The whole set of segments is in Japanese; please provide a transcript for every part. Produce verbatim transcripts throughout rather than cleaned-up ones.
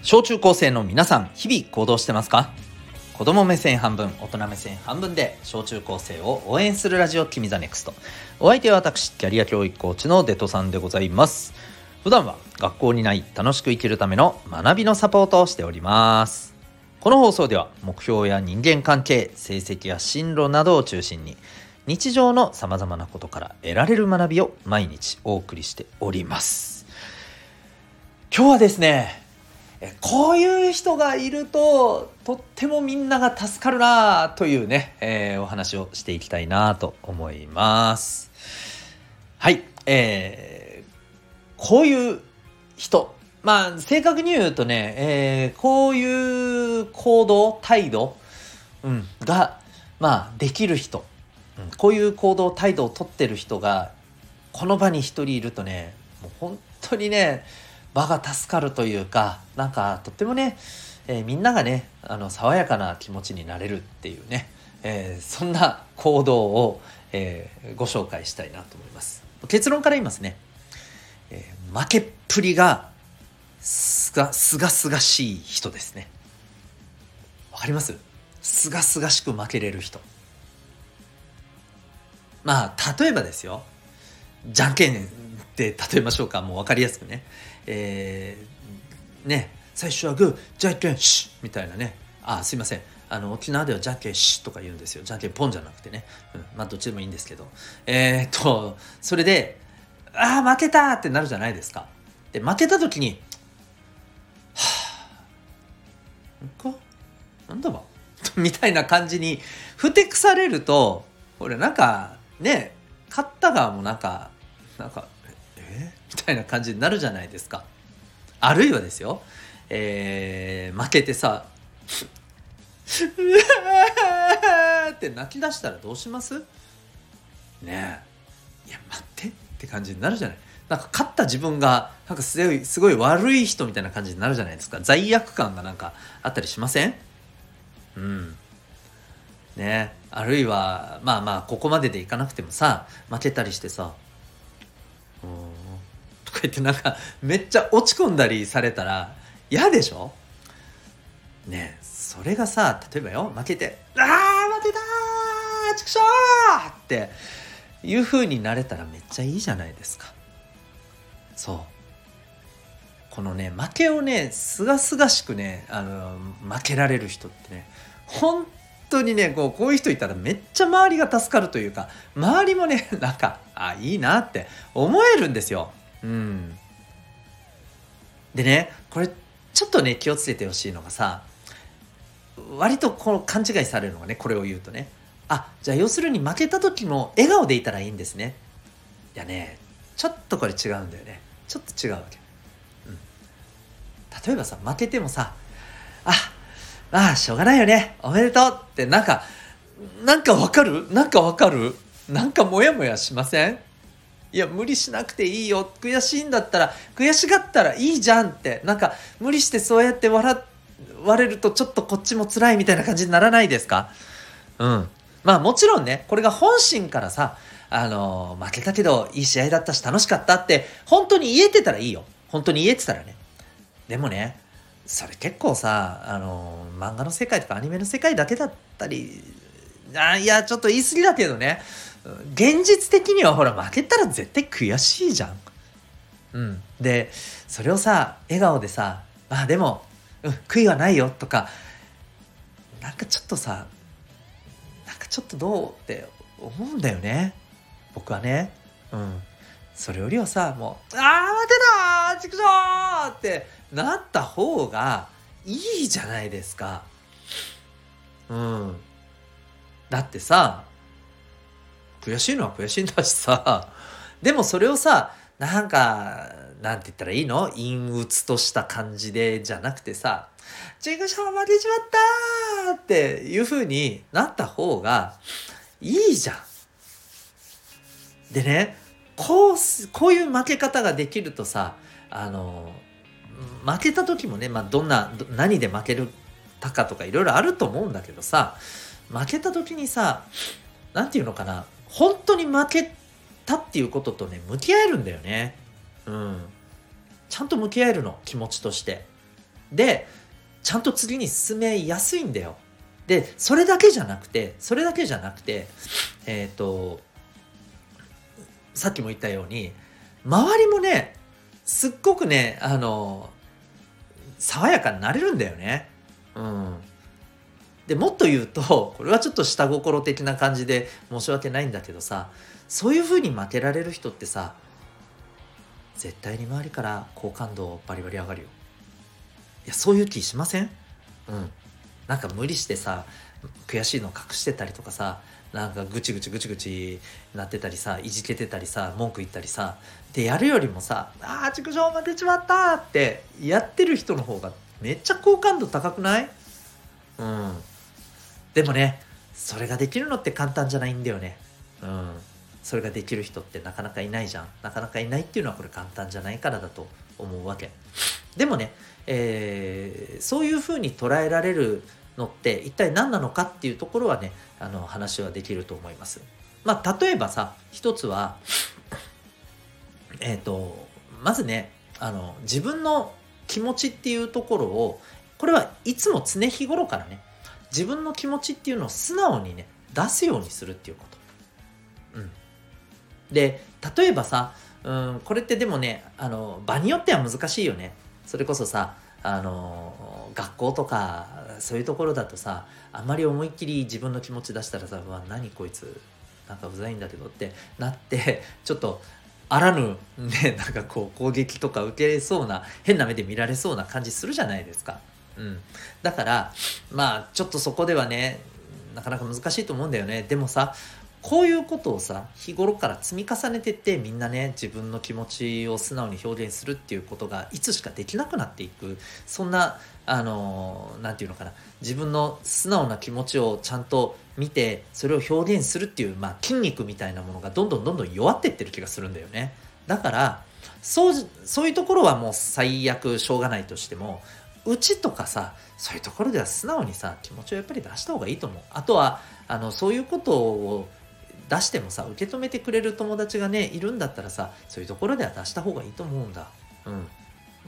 小中高生の皆さん、日々行動してますか？子供目線半分、大人目線半分で小中高生を応援するラジオ君ザネクスト。お相手は私、キャリア教育コーチのデトさんでございます。普段は学校にない楽しく生きるための学びのサポートをしております。この放送では目標や人間関係、成績や進路などを中心に日常のさまざまなことから得られる学びを毎日お送りしております。今日はですね、こういう人がいるととってもみんなが助かるなというね、えー、お話をしていきたいなと思います。はい、えー、こういう人、まあ正確に言うとね、えー、こういう行動態度、うん、がまあできる人、うん、こういう行動態度をとってる人がこの場に一人いるとね、もう本当にね場が助かるというか、なんかとってもね、えー、みんながねあの爽やかな気持ちになれるっていうね、えー、そんな行動を、えー、ご紹介したいなと思います。結論から言いますね、えー、負けっぷりがすがすがすがしい人ですね。わかります？すがすがしく負けれる人。まあ例えばですよ、じゃんけんで例えましょうか。もう分かりやすくね、えー、ね最初はグーじゃんけんシッみたいなね。あすいません、あの沖縄ではじゃんけんシッとか言うんですよ。じゃんけんポンじゃなくてね、うん、まあどっちでもいいんですけど、えー、っとそれであー負けたってなるじゃないですか。で負けた時にはぁんかなんだわみたいな感じにふてくされると、これなんかね勝った側もなんかなんかえー、みたいな感じになるじゃないですか。あるいはですよ、えー、負けてさうわーって泣き出したらどうします？ねえ、いや待ってって感じになるじゃない。なんか勝った自分がなんかすごいすごい悪い人みたいな感じになるじゃないですか。罪悪感がなんかあったりしません？うんね、あるいはまあまあここまででいかなくてもさ、負けたりしてさうーんとか言ってなんかめっちゃ落ち込んだりされたら嫌でしょね。それがさ、例えばよ負けてあー負けたーちくしょーっていう風になれたらめっちゃいいじゃないですか。そうこのね負けをねすがすがしくねあの負けられる人ってね、本当にねこうこういう人いたらめっちゃ周りが助かるというか、周りもねなんかあいいなって思えるんですよ。うんでねこれちょっとね気をつけてほしいのがさ、割とこの勘違いされるのがね、これを言うとね、あじゃあ要するに負けた時も笑顔でいたらいいんですね。いやねちょっとこれ違うんだよね。ちょっと違うわけ。うん、例えばさ負けてもさあまあしょうがないよねおめでとうってなんかなんかわかるなんかわかるなんかモヤモヤしません？いや無理しなくていいよ、悔しいんだったら悔しがったらいいじゃんって、なんか無理してそうやって笑われるとちょっとこっちも辛いみたいな感じにならないですか？うんまあもちろんねこれが本心からさ、あのー、負けたけどいい試合だったし楽しかったって本当に言えてたらいいよ。本当に言えてたらね。でもねそれ結構さ、あのー、漫画の世界とかアニメの世界だけだったり、あいやちょっと言い過ぎだけどね、現実的にはほら負けたら絶対悔しいじゃん。うん、でそれをさ笑顔でさまあでも、うん、悔いはないよとかなんかちょっとさなんかちょっとどうって思うんだよね僕はね。うんそれよりはさもうあー負けたーちくしょーってなった方がいいじゃないですか。うんだってさ悔しいのは悔しいんだしさ、でもそれをさなんかなんて言ったらいいの、陰鬱とした感じでじゃなくてさちくしょう負けちまったーっていう風になった方がいいじゃん。でねこうこういう負け方ができるとさ、あの負けた時もね、まあ、どんな何で負けるたかとかいろいろあると思うんだけどさ、負けた時にさなんていうのかな、本当に負けたっていうこととね向き合えるんだよね。うんちゃんと向き合えるの、気持ちとして。 でちゃんと次に進めやすいんだよ。でそれだけじゃなくてそれだけじゃなくてえっとさっきも言ったように周りもねすっごくねあの爽やかになれるんだよね。うん。でもっと言うとこれはちょっと下心的な感じで申し訳ないんだけどさ、そういう風に負けられる人ってさ絶対に周りから好感度バリバリ上がるよ。いやそういう気しません？うん。なんか無理してさ悔しいの隠してたりとかさ、なんかぐちぐちぐちぐちなってたりさ、いじけてたりさ、文句言ったりさでやるよりもさ、あー畜生負けちまったってやってる人の方がめっちゃ好感度高くない？うん。でもねそれができるのって簡単じゃないんだよね。うん。それができる人ってなかなかいないじゃん。なかなかいないっていうのはこれ簡単じゃないからだと思うわけ。でもね、えーそういうふうに捉えられるのって一体何なのかっていうところはね、あの話はできると思います。まあ例えばさ、一つはえっ、とまずね、あの自分の気持ちっていうところを、これはいつも常日頃からね、自分の気持ちっていうのを素直にね出すようにするっていうこと。うん。で例えばさ、うん、これってでもね、あの場によっては難しいよね。それこそさ、あの学校とかそういうところだとさ、あんまり思いっきり自分の気持ち出したらさ、うわ何こいつなんかうざいんだけどってなってちょっとあらぬね、なんかこう攻撃とか受けそうな、変な目で見られそうな感じするじゃないですか。うん、だからまあちょっとそこではねなかなか難しいと思うんだよね。でもさ、こういうことをさ日頃から積み重ねてって、みんなね自分の気持ちを素直に表現するっていうことがいつしかできなくなっていく、そんなあのなんていうのかな、自分の素直な気持ちをちゃんと見てそれを表現するっていう、まあ、筋肉みたいなものがどんどんどんどん弱っていってる気がするんだよね。だからそうそういうところはもう最悪しょうがないとしても、うちとかさそういうところでは素直にさ気持ちをやっぱり出した方がいいと思う。あとはあのそういうことを出してもさ受け止めてくれる友達がねいるんだったらさ、そういうところでは出した方がいいと思うんだ。うん。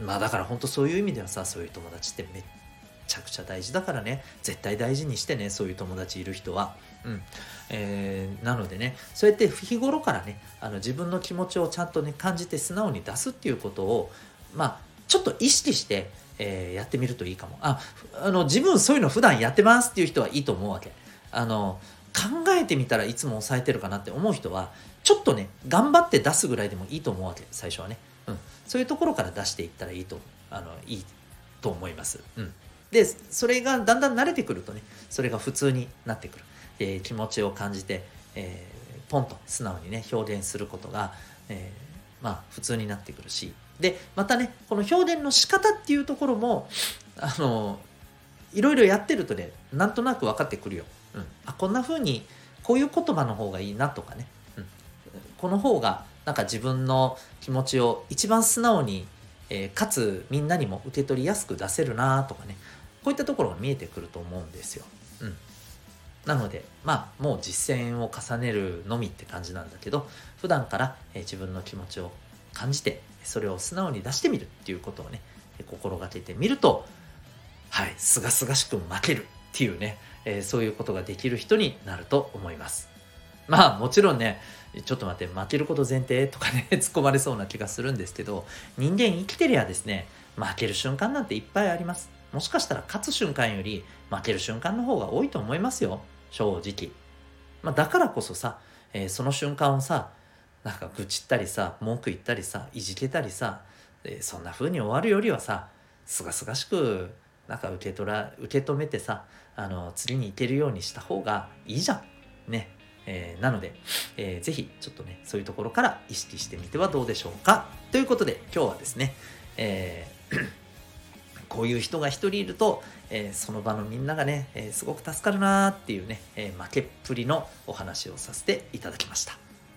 まあだから本当そういう意味ではさ、そういう友達ってめっちゃくちゃ大事だからね、絶対大事にしてね、そういう友達いる人は。うん。えー、なのでね、そうやって日頃からね、あの自分の気持ちをちゃんとね感じて素直に出すっていうことを、まあちょっと意識してえーやってみるといいかも。あ、あの自分そういうの普段やってますっていう人はいいと思うわけ。あの考えてみたらいつも抑えてるかなって思う人はちょっとね頑張って出すぐらいでもいいと思うわけ、最初はね。うん。そういうところから出していったらいいとあのいいと思います。うん。でそれがだんだん慣れてくるとね、それが普通になってくる。えー気持ちを感じて、えーポンと素直にね表現することが、えーまあ普通になってくるし、でまたねこの表現の仕方っていうところもあのいろいろやってるとねなんとなく分かってくるよ。うん、あこんな風にこういう言葉の方がいいなとかね、うん、この方がなんか自分の気持ちを一番素直に、えーかつみんなにも受け取りやすく出せるなとかね、こういったところが見えてくると思うんですよ。うん。なのでまあもう実践を重ねるのみって感じなんだけど、普段から、えー自分の気持ちを感じてそれを素直に出してみるっていうことをね心がけてみると、はいすがすがしく負けるっていうね、えーそういうことができる人になると思います。まあもちろんねちょっと待って負けること前提とかね突っ込まれそうな気がするんですけど、人間生きてりゃですね負ける瞬間なんていっぱいあります。もしかしたら勝つ瞬間より負ける瞬間の方が多いと思いますよ、正直。まあ、だからこそさ、えーその瞬間をさなんか愚痴ったりさ文句言ったりさいじけたりさ、えーそんな風に終わるよりはさすがすがしくなんか受け取ら受け止めてさ、あの次に行けるようにした方がいいじゃんね。えーなので、えーぜひちょっとねそういうところから意識してみてはどうでしょうか。ということで今日はですね、えーこういう人が一人いると、えーその場のみんながね、えーすごく助かるなーっていうね、えー負けっぷりのお話をさせていただきました。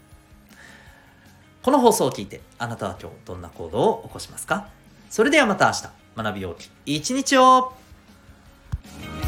この放送を聞いてあなたは今日どんな行動を起こしますか？それではまた明日、学びようき一日を。